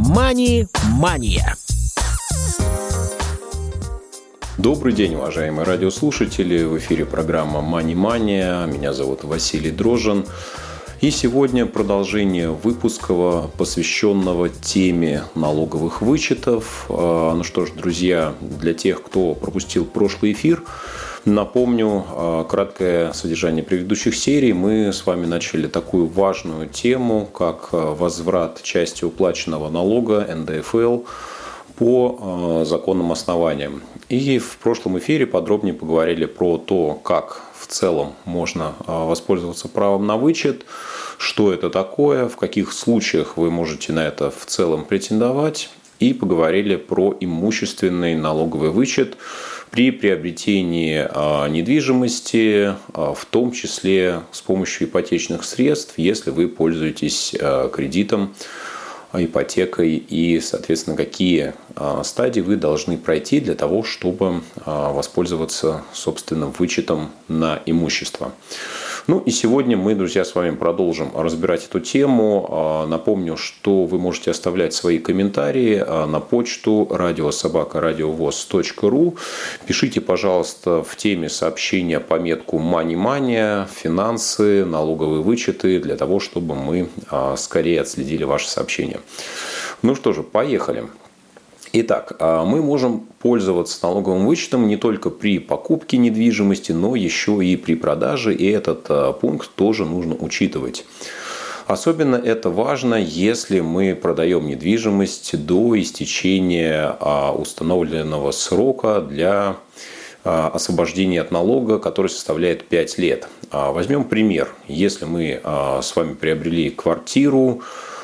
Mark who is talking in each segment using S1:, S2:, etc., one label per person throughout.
S1: Мани-мания.
S2: Добрый день, уважаемые радиослушатели. В эфире программа «Мани-мания». Меня зовут Василий Дрожжин. И сегодня продолжение выпуска, посвященного теме налоговых вычетов. Ну что ж, друзья, для тех, кто пропустил прошлый эфир, напомню краткое содержание предыдущих серий. Мы с вами начали такую важную тему, как возврат части уплаченного налога НДФЛ по законным основаниям. И в прошлом эфире подробнее поговорили про то, как в целом можно воспользоваться правом на вычет, что это такое, в каких случаях вы можете на это в целом претендовать, и поговорили про имущественный налоговый вычет при приобретении недвижимости, в том числе с помощью ипотечных средств, если вы пользуетесь кредитом, ипотекой, и, соответственно, какие стадии вы должны пройти для того, чтобы воспользоваться собственным вычетом на имущество. Ну и сегодня мы, друзья, с вами продолжим разбирать эту тему. Напомню, что вы можете оставлять свои комментарии на почту radio@radiovoz.ru. Пишите, пожалуйста, в теме сообщения пометку «Мани-мания», «Финансы», «Налоговые вычеты», для того, чтобы мы скорее отследили ваши сообщения. Ну что же, поехали. Итак, мы можем пользоваться налоговым вычетом не только при покупке недвижимости, но еще и при продаже, и этот пункт тоже нужно учитывать. Особенно это важно, если мы продаем недвижимость до истечения установленного срока для освобождения от налога, который составляет 5 лет. Возьмем пример. Если мы с вами приобрели квартиру,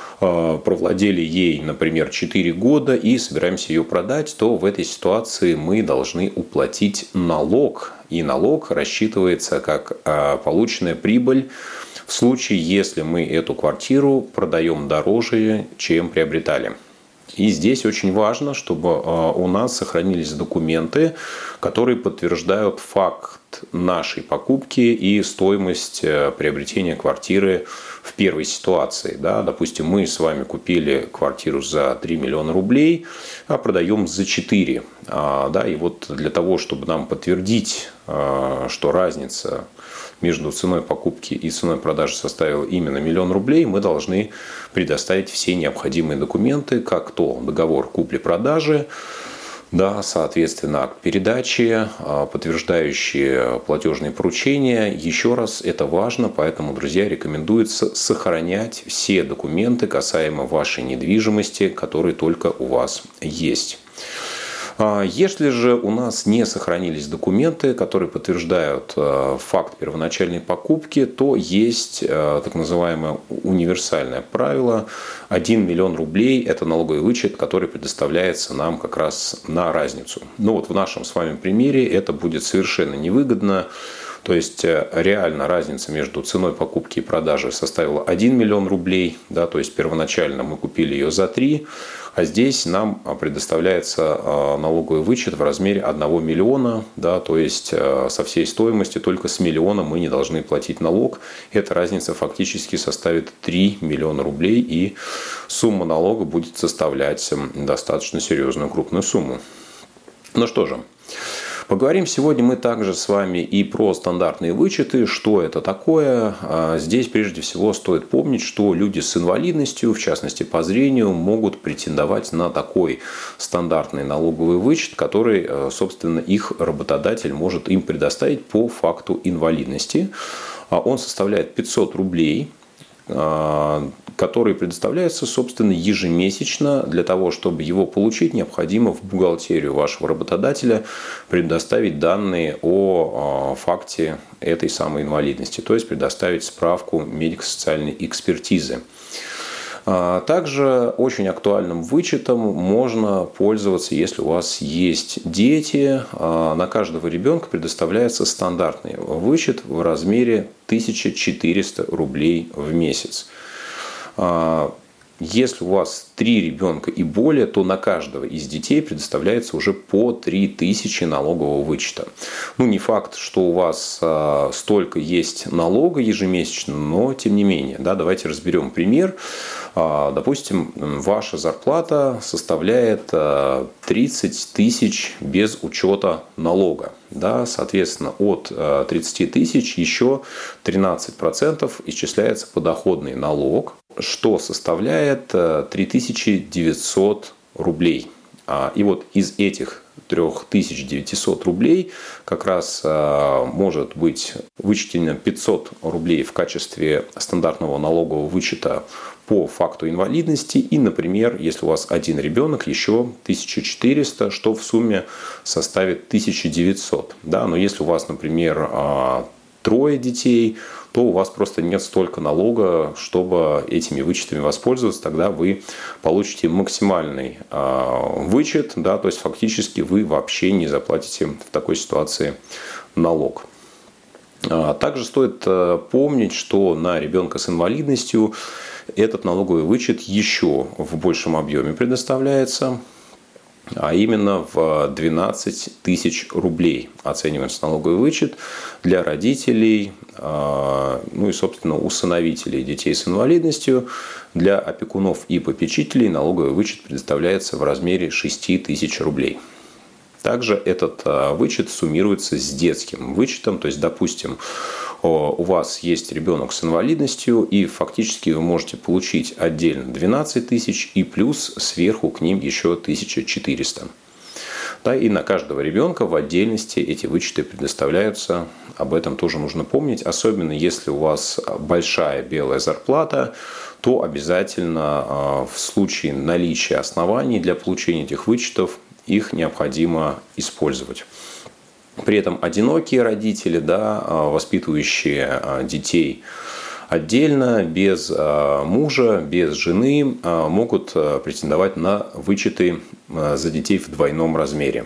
S2: провладели ей, например, 4 года и собираемся ее продать, то в этой ситуации мы должны уплатить налог. И налог рассчитывается как полученная прибыль в случае, если мы эту квартиру продаем дороже, чем приобретали. И здесь очень важно, чтобы у нас сохранились документы, которые подтверждают факт нашей покупки и стоимость приобретения квартиры в первой ситуации. Да, допустим, мы с вами купили квартиру за 3 миллиона рублей, а продаем за 4. Да, и вот для того, чтобы нам подтвердить, что разница между ценой покупки и ценой продажи составила именно 1 миллион рублей, мы должны предоставить все необходимые документы, как то договор купли-продажи, да, соответственно, акт передачи, подтверждающие платежные поручения. Еще раз, это важно, поэтому, друзья, рекомендуется сохранять все документы касаемо вашей недвижимости, которые только у вас есть. Если же у нас не сохранились документы, которые подтверждают факт первоначальной покупки, то есть так называемое универсальное правило. 1 миллион рублей – это налоговый вычет, который предоставляется нам как раз на разницу. Ну вот в нашем с вами примере это будет совершенно невыгодно. То есть реально разница между ценой покупки и продажи составила 1 миллион рублей. Да, то есть первоначально мы купили ее за 3, а здесь нам предоставляется налоговый вычет в размере 1 миллиона. Да, то есть со всей стоимости только с миллиона мы не должны платить налог. Эта разница фактически составит 3 миллиона рублей, и сумма налога будет составлять достаточно серьезную крупную сумму. Ну что же. Поговорим сегодня мы также с вами и про стандартные вычеты, что это такое. Здесь прежде всего стоит помнить, что люди с инвалидностью, в частности по зрению, могут претендовать на такой стандартный налоговый вычет, который, собственно, их работодатель может им предоставить по факту инвалидности. Он составляет 500 рублей. Которые предоставляются, собственно, ежемесячно. Для того, чтобы его получить, необходимо в бухгалтерию вашего работодателя предоставить данные о факте этой самой инвалидности, то есть предоставить справку медико-социальной экспертизы. Также очень актуальным вычетом можно пользоваться, если у вас есть дети. На каждого ребенка предоставляется стандартный вычет в размере 1400 рублей в месяц. Если у вас 3 ребенка и более, то на каждого из детей предоставляется уже по 3000 налогового вычета. Ну, не факт, что у вас столько есть налога ежемесячно, но тем не менее. Да, давайте разберем пример. Допустим, ваша зарплата составляет 30 тысяч без учета налога. Да, соответственно, от 30 тысяч еще 13% исчисляется подоходный налог, что составляет 3900 рублей. И вот из этих 3900 рублей как раз может быть вычтено 500 рублей в качестве стандартного налогового вычета по факту инвалидности. И, например, если у вас один ребенок, еще 1400, что в сумме составит 1900. Да? Но если у вас, например, 3 детей, то у вас просто нет столько налога, чтобы этими вычетами воспользоваться. Тогда вы получите максимальный вычет, да, то есть фактически вы вообще не заплатите в такой ситуации налог. Также стоит помнить, что на ребенка с инвалидностью этот налоговый вычет еще в большем объеме предоставляется, а именно в 12 тысяч рублей оценивается налоговый вычет для родителей, ну и, собственно, усыновителей детей с инвалидностью. Для опекунов и попечителей налоговый вычет предоставляется в размере 6 тысяч рублей. Также этот вычет суммируется с детским вычетом, то есть, допустим, у вас есть ребенок с инвалидностью, и фактически вы можете получить отдельно 12 тысяч и плюс сверху к ним еще 1400. Да, и на каждого ребенка в отдельности эти вычеты предоставляются. Об этом тоже нужно помнить. Особенно если у вас большая белая зарплата, то обязательно в случае наличия оснований для получения этих вычетов их необходимо использовать. При этом одинокие родители, да, воспитывающие детей отдельно, без мужа, без жены, могут претендовать на вычеты за детей в двойном размере.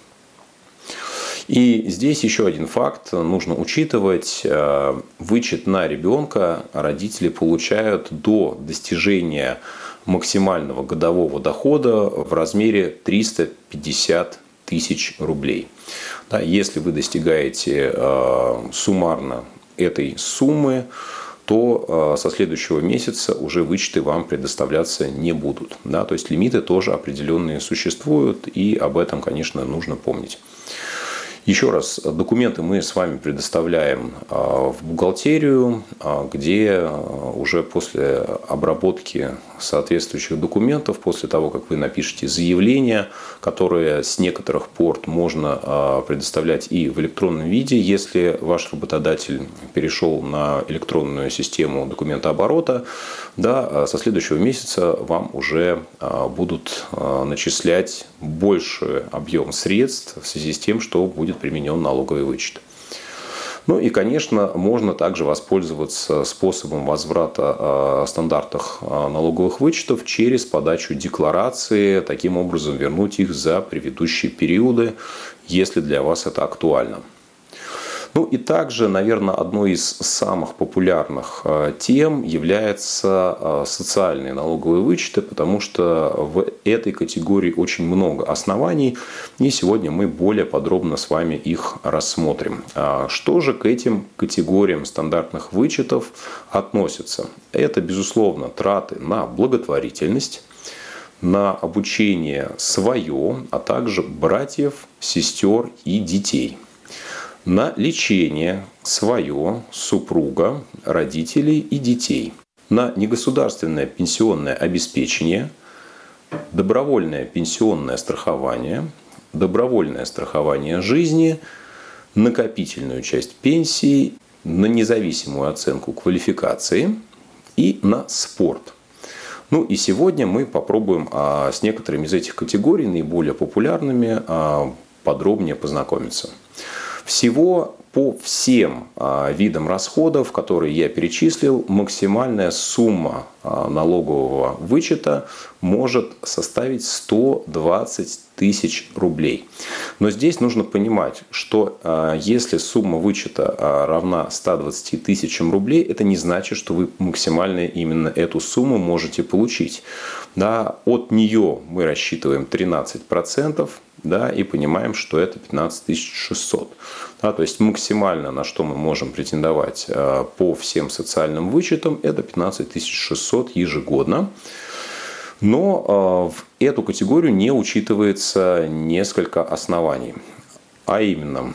S2: И здесь еще один факт нужно учитывать. Вычет на ребенка родители получают до достижения максимального годового дохода в размере 350 тысяч рублей. Да, если вы достигаете суммарно этой суммы, то со следующего месяца уже вычеты вам предоставляться не будут. Да, то есть лимиты тоже определенные существуют, и об этом, конечно, нужно помнить. Еще раз, документы мы с вами предоставляем в бухгалтерию, где уже после обработки соответствующих документов, после того, как вы напишете заявление, которое с некоторых пор можно предоставлять и в электронном виде, если ваш работодатель перешел на электронную систему документооборота, да, со следующего месяца вам уже будут начислять больший объем средств в связи с тем, что будет применен налоговый вычет. Ну и, конечно, можно также воспользоваться способом возврата стандартных налоговых вычетов через подачу декларации, таким образом вернуть их за предыдущие периоды, если для вас это актуально. Ну и также, наверное, одной из самых популярных тем является социальные налоговые вычеты, потому что в этой категории очень много оснований, и сегодня мы более подробно с вами их рассмотрим. Что же к этим категориям стандартных вычетов относится? Это, безусловно, траты на благотворительность, на обучение свое, а также братьев, сестер и детей. На лечение свое, супруга, родителей и детей. На негосударственное пенсионное обеспечение, добровольное пенсионное страхование жизни, накопительную часть пенсии, на независимую оценку квалификации и на спорт. Ну и сегодня мы попробуем с некоторыми из этих категорий, наиболее популярными, подробнее познакомиться. Всего по всем видам расходов, которые я перечислил, максимальная сумма налогового вычета может составить 120 тысяч рублей. Но здесь нужно понимать, что если сумма вычета равна 120 тысячам рублей, это не значит, что вы максимально именно эту сумму можете получить. Да, от нее мы рассчитываем 13%, да, и понимаем, что это 15 600. Да, то есть максимально, на что мы можем претендовать по всем социальным вычетам, это 15 600 ежегодно. Но в эту категорию не учитывается несколько оснований. А именно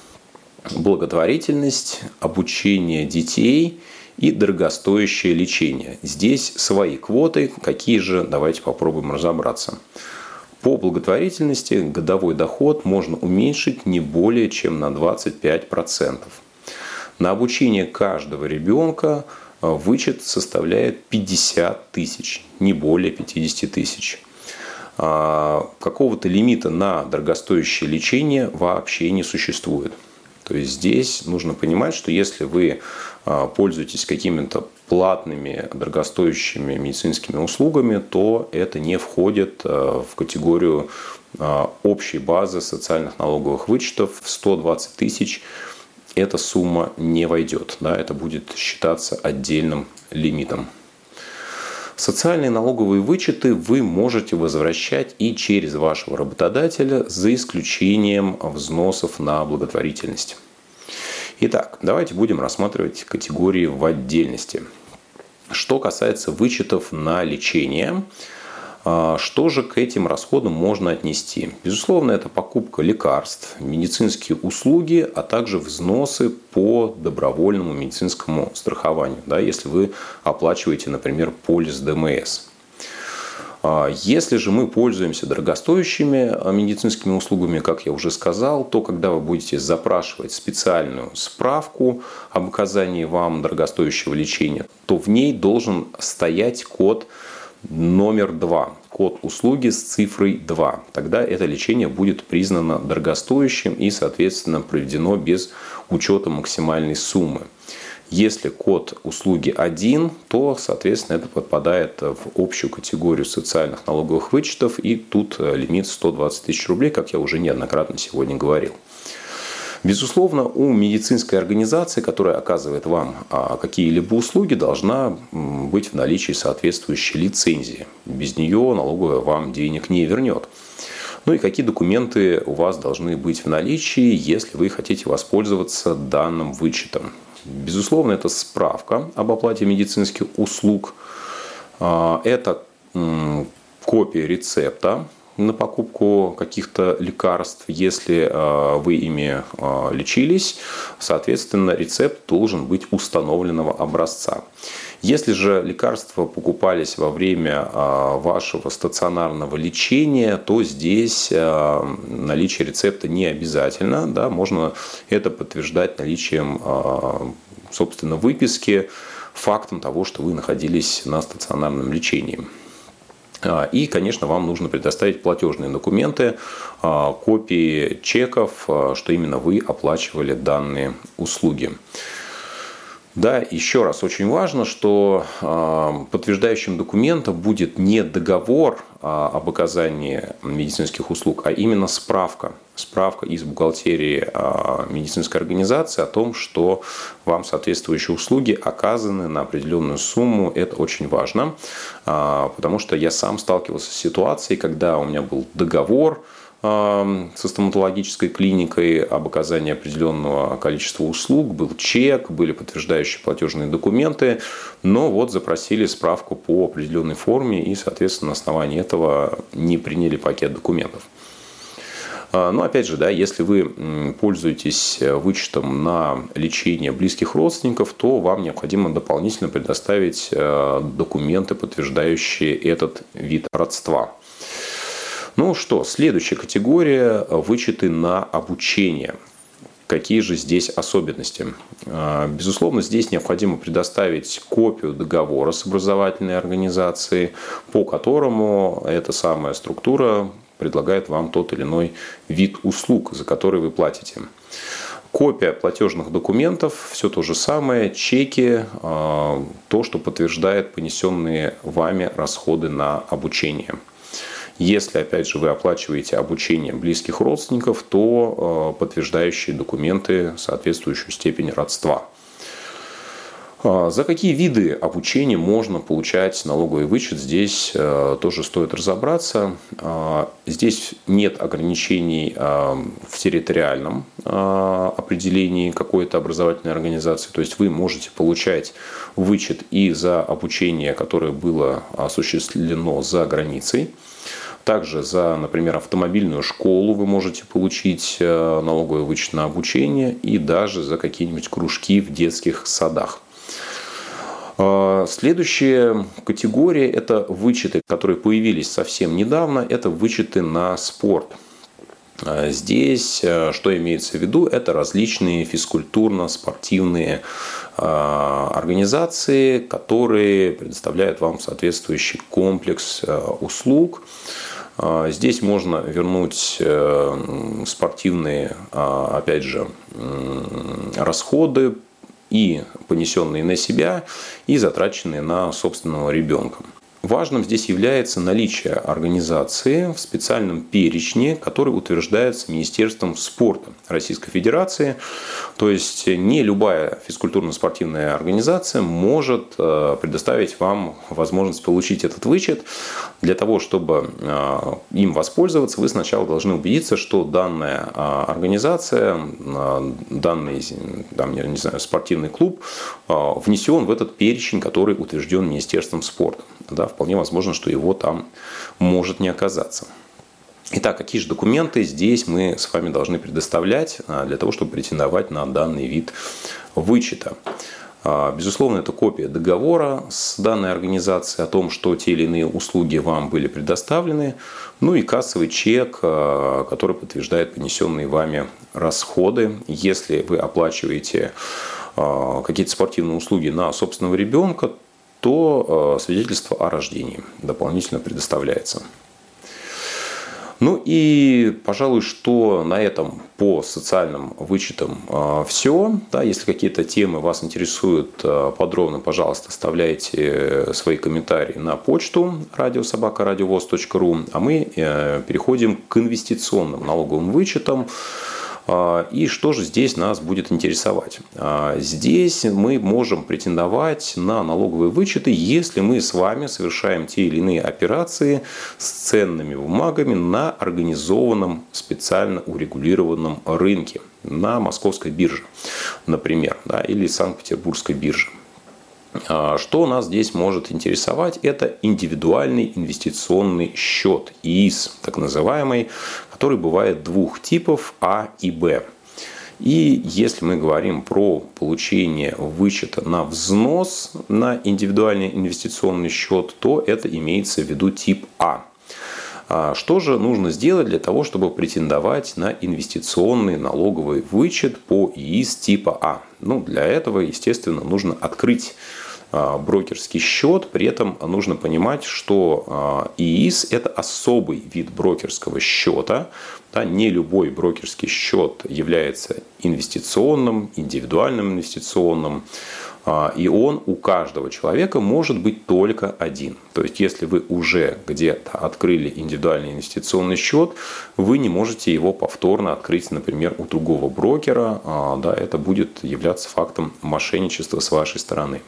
S2: благотворительность, обучение детей и дорогостоящее лечение. Здесь свои квоты. Какие же? Давайте попробуем разобраться. По благотворительности годовой доход можно уменьшить не более чем на 25%. На обучение каждого ребенка вычет составляет 50 тысяч, не более 50 тысяч. Какого-то лимита на дорогостоящее лечение вообще не существует. То есть здесь нужно понимать, что если вы пользуетесь какими-то платными, дорогостоящими медицинскими услугами, то это не входит в категорию общей базы социальных налоговых вычетов. В 120 тысяч эта сумма не войдет. Да, это будет считаться отдельным лимитом. Социальные налоговые вычеты вы можете возвращать и через вашего работодателя, за исключением взносов на благотворительность. Итак, давайте будем рассматривать категории в отдельности. Что касается вычетов на лечение, что же к этим расходам можно отнести? Безусловно, это покупка лекарств, медицинские услуги, а также взносы по добровольному медицинскому страхованию, да, если вы оплачиваете, например, полис ДМС. Если же мы пользуемся дорогостоящими медицинскими услугами, как я уже сказал, то когда вы будете запрашивать специальную справку об оказании вам дорогостоящего лечения, то в ней должен стоять код номер 2, код услуги с цифрой 2. Тогда это лечение будет признано дорогостоящим и, соответственно, проведено без учета максимальной суммы. Если код услуги 1, то, соответственно, это подпадает в общую категорию социальных налоговых вычетов, и тут лимит 120 тысяч рублей, как я уже неоднократно сегодня говорил. Безусловно, у медицинской организации, которая оказывает вам какие-либо услуги, должна быть в наличии соответствующей лицензии. Без нее налоговая вам денег не вернет. Ну и какие документы у вас должны быть в наличии, если вы хотите воспользоваться данным вычетом. Безусловно, это справка об оплате медицинских услуг. Это копия рецепта на покупку каких-то лекарств, если вы ими лечились. Соответственно, рецепт должен быть установленного образца. Если же лекарства покупались во время вашего стационарного лечения, то здесь наличие рецепта не обязательно. Да, можно это подтверждать наличием, собственно, выписки, фактом того, что вы находились на стационарном лечении. И, конечно, вам нужно предоставить платежные документы, копии чеков, что именно вы оплачивали данные услуги. Да, еще раз, очень важно, что подтверждающим документом будет не договор об оказании медицинских услуг, а именно справка. Справка из бухгалтерии медицинской организации о том, что вам соответствующие услуги оказаны на определенную сумму. Это очень важно, потому что я сам сталкивался с ситуацией, когда у меня был договор со стоматологической клиникой об оказании определенного количества услуг, был чек, были подтверждающие платежные документы, но вот запросили справку по определенной форме и, соответственно, на основании этого не приняли пакет документов. Но опять же, да, если вы пользуетесь вычетом на лечение близких родственников, то вам необходимо дополнительно предоставить документы, подтверждающие этот вид родства. Ну что, следующая категория – вычеты на обучение. Какие же здесь особенности? Безусловно, здесь необходимо предоставить копию договора с образовательной организацией, по которому эта самая структура предлагает вам тот или иной вид услуг, за который вы платите. Копия платежных документов, все то же самое, чеки, то, что подтверждает понесенные вами расходы на обучение. Если, опять же, вы оплачиваете обучение близких родственников, то подтверждающие документы соответствующую степень родства. За какие виды обучения можно получать налоговый вычет, здесь тоже стоит разобраться. Здесь нет ограничений в территориальном определении какой-то образовательной организации. То есть вы можете получать вычет и за обучение, которое было осуществлено за границей. Также за, например, автомобильную школу вы можете получить налоговый вычет на обучение и даже за какие-нибудь кружки в детских садах. Следующая категория – это вычеты, которые появились совсем недавно. Это вычеты на спорт. Здесь, что имеется в виду, это различные физкультурно-спортивные организации, которые предоставляют вам соответствующий комплекс услуг. Здесь можно вернуть спортивные, опять же, расходы, и понесенные на себя, и затраченные на собственного ребенка. Важным здесь является наличие организации в специальном перечне, который утверждается Министерством спорта Российской Федерации. То есть не любая физкультурно-спортивная организация может предоставить вам возможность получить этот вычет. Для того, чтобы им воспользоваться, вы сначала должны убедиться, что данная организация, данный не знаю, спортивный клуб внесен в этот перечень, который утвержден Министерством спорта. Да, вполне возможно, что его там может не оказаться. Итак, какие же документы здесь мы с вами должны предоставлять для того, чтобы претендовать на данный вид вычета? Безусловно, это копия договора с данной организацией о том, что те или иные услуги вам были предоставлены, ну и кассовый чек, который подтверждает понесенные вами расходы. Если вы оплачиваете какие-то спортивные услуги на собственного ребенка, то свидетельство о рождении дополнительно предоставляется. Ну и, пожалуй, что на этом по социальным вычетам все. Да, если какие-то темы вас интересуют подробно, пожалуйста, оставляйте свои комментарии на почту radio@radiovoz.ru, а мы переходим к инвестиционным налоговым вычетам. И что же здесь нас будет интересовать? Здесь мы можем претендовать на налоговые вычеты, если мы с вами совершаем те или иные операции с ценными бумагами на организованном, специально урегулированном рынке, на Московской бирже, например, да, или Санкт-Петербургской бирже. Что нас здесь может интересовать? Это индивидуальный инвестиционный счет, ИИС, так называемый, который бывает двух типов А и Б. И если мы говорим про получение вычета на взнос на индивидуальный инвестиционный счет, то это имеется в виду тип А. Что же нужно сделать для того, чтобы претендовать на инвестиционный налоговый вычет по ИИС типа А? Ну, для этого, естественно, нужно открыть брокерский счет. При этом нужно понимать, что ИИС – это особый вид брокерского счета. Да, не любой брокерский счет является инвестиционным, индивидуальным инвестиционным. И он у каждого человека может быть только один. То есть, если вы уже где-то открыли индивидуальный инвестиционный счет, вы не можете его повторно открыть, например, у другого брокера. Да, это будет являться фактом мошенничества с вашей стороны.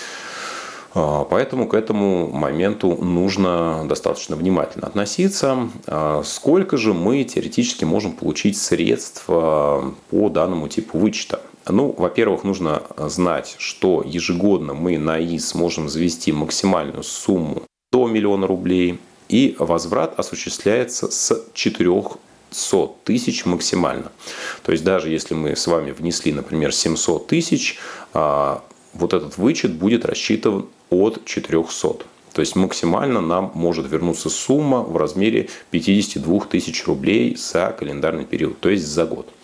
S2: Поэтому к этому моменту нужно достаточно внимательно относиться. Сколько же мы теоретически можем получить средств по данному типу вычета? Ну, во-первых, нужно знать, что ежегодно мы на ИИС можем завести максимальную сумму до 1 миллиона рублей, и возврат осуществляется с 400 тысяч максимально. То есть даже если мы с вами внесли, например, 700 тысяч, вот этот вычет будет рассчитан от 400. То есть максимально нам может вернуться сумма в размере 52 тысяч рублей за календарный период, то есть за год.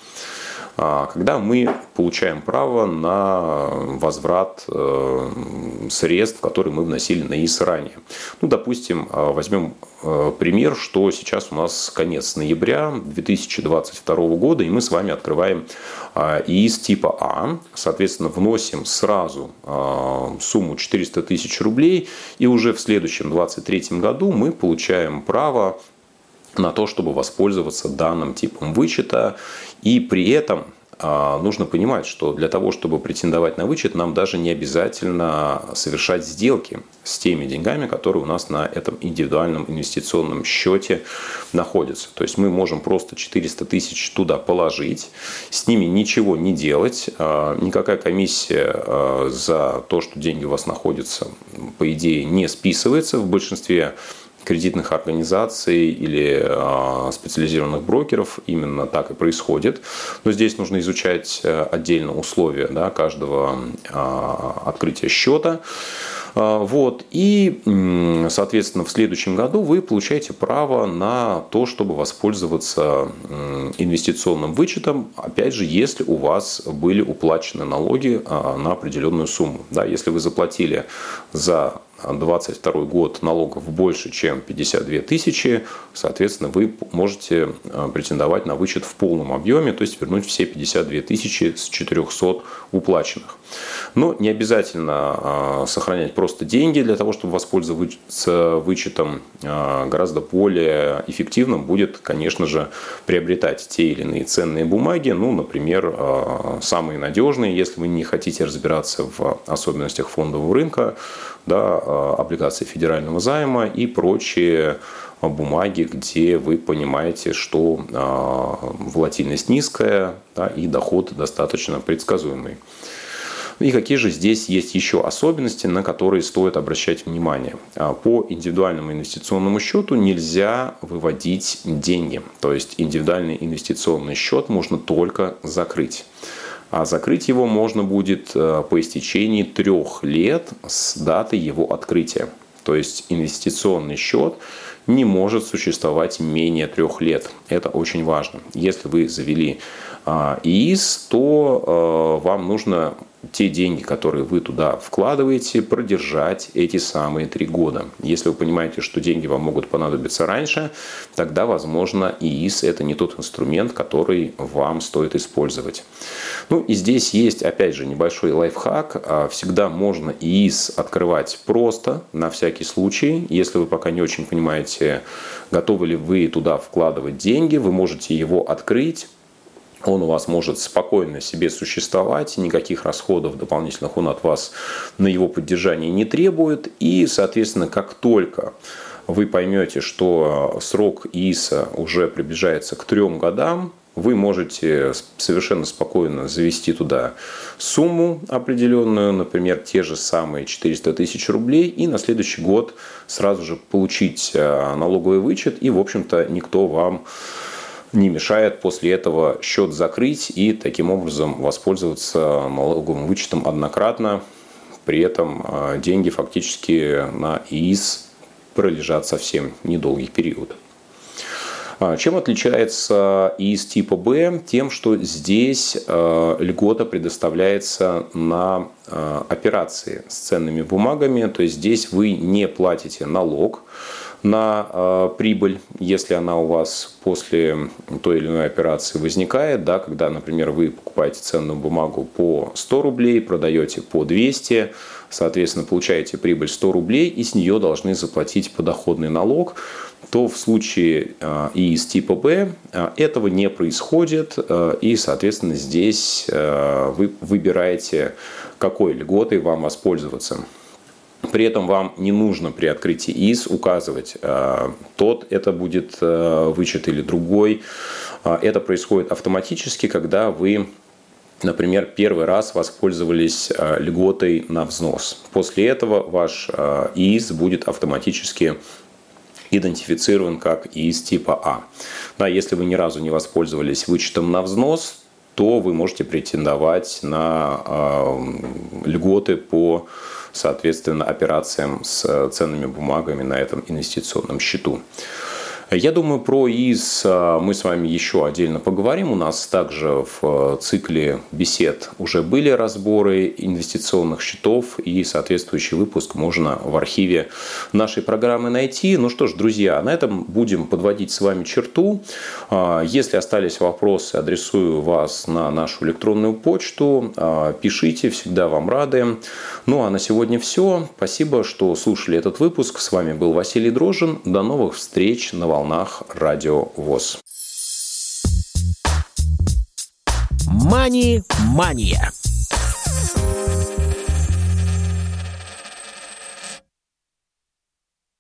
S2: Когда мы получаем право на возврат средств, которые мы вносили на ИИС ранее. Ну, допустим, возьмем пример, что сейчас у нас конец ноября 2022 года, и мы с вами открываем ИИС типа А, соответственно, вносим сразу сумму 400 тысяч рублей, и уже в следующем 2023 году мы получаем право на то, чтобы воспользоваться данным типом вычета. И при этом нужно понимать, что для того, чтобы претендовать на вычет, нам даже не обязательно совершать сделки с теми деньгами, которые у нас на этом индивидуальном инвестиционном счете находятся. То есть мы можем просто 400 тысяч туда положить, с ними ничего не делать, никакая комиссия за то, что деньги у вас находятся, по идее, не списывается в большинстве кредитных организаций или специализированных брокеров именно так и происходит. Но здесь нужно изучать отдельно условия, да, каждого открытия счета. Вот. И, соответственно, в следующем году вы получаете право на то, чтобы воспользоваться инвестиционным вычетом, опять же, если у вас были уплачены налоги на определенную сумму. Да, если вы заплатили за 2022 год налогов больше, чем 52 тысячи, соответственно, вы можете претендовать на вычет в полном объеме, то есть вернуть все 52 тысячи с 400 уплаченных. Но не обязательно сохранять просто деньги для того, чтобы воспользоваться вычетом. Гораздо более эффективным будет, конечно же, приобретать те или иные ценные бумаги, ну, например, самые надежные, если вы не хотите разбираться в особенностях фондового рынка, да, облигации федерального займа и прочие бумаги, где вы понимаете, что волатильность низкая, да, и доход достаточно предсказуемый. И какие же здесь есть еще особенности, на которые стоит обращать внимание? По индивидуальному инвестиционному счету нельзя выводить деньги. То есть индивидуальный инвестиционный счет можно только закрыть. А закрыть его можно будет по истечении 3 лет с даты его открытия. То есть инвестиционный счет не может существовать менее 3 лет. Это очень важно. Если вы завели ИИС, то вам нужно те деньги, которые вы туда вкладываете, продержать эти самые 3 года. Если вы понимаете, что деньги вам могут понадобиться раньше, тогда, возможно, ИИС – это не тот инструмент, который вам стоит использовать. Ну и здесь есть, опять же, небольшой лайфхак. Всегда можно ИИС открывать просто, на всякий случай. Если вы пока не очень понимаете, готовы ли вы туда вкладывать деньги, вы можете его открыть. Он у вас может спокойно себе существовать, никаких расходов дополнительных он от вас на его поддержание не требует. И, соответственно, как только вы поймете, что срок ИИСа уже приближается к 3 годам, вы можете совершенно спокойно завести туда сумму определенную, например, те же самые 400 тысяч рублей, и на следующий год сразу же получить налоговый вычет, и, в общем-то, никто вам не мешает после этого счет закрыть и таким образом воспользоваться налоговым вычетом однократно. При этом деньги фактически на ИИС пролежат совсем недолгий период. Чем отличается ИИС типа Б? Тем, что здесь льгота предоставляется на операции с ценными бумагами. То есть здесь вы не платите налог на прибыль, если она у вас после той или иной операции возникает, да, когда, например, вы покупаете ценную бумагу по 100 рублей, продаете по 200, соответственно, получаете прибыль 100 рублей и с нее должны заплатить подоходный налог, то в случае ИИС типа Б этого не происходит, и, соответственно, здесь вы выбираете, какой льготой вам воспользоваться. При этом вам не нужно при открытии ИИС указывать, тот это будет вычет или другой. Это происходит автоматически, когда вы, например, первый раз воспользовались льготой на взнос. После этого ваш ИИС будет автоматически идентифицирован как ИИС типа А. Да, если вы ни разу не воспользовались вычетом на взнос, то вы можете претендовать на льготы по, соответственно, операциям с ценными бумагами на этом инвестиционном счету. Я думаю, про ИИС мы с вами еще отдельно поговорим. У нас также в цикле бесед уже были разборы инвестиционных счетов, и соответствующий выпуск можно в архиве нашей программы найти. Ну что ж, друзья, на этом будем подводить с вами черту. Если остались вопросы, адресую вас на нашу электронную почту. Пишите, всегда вам рады. Ну а на сегодня все. Спасибо, что слушали этот выпуск. С вами был Василий Дрожжин. До новых встреч на волнах волнах Радио ВОС.
S1: Мани-мания.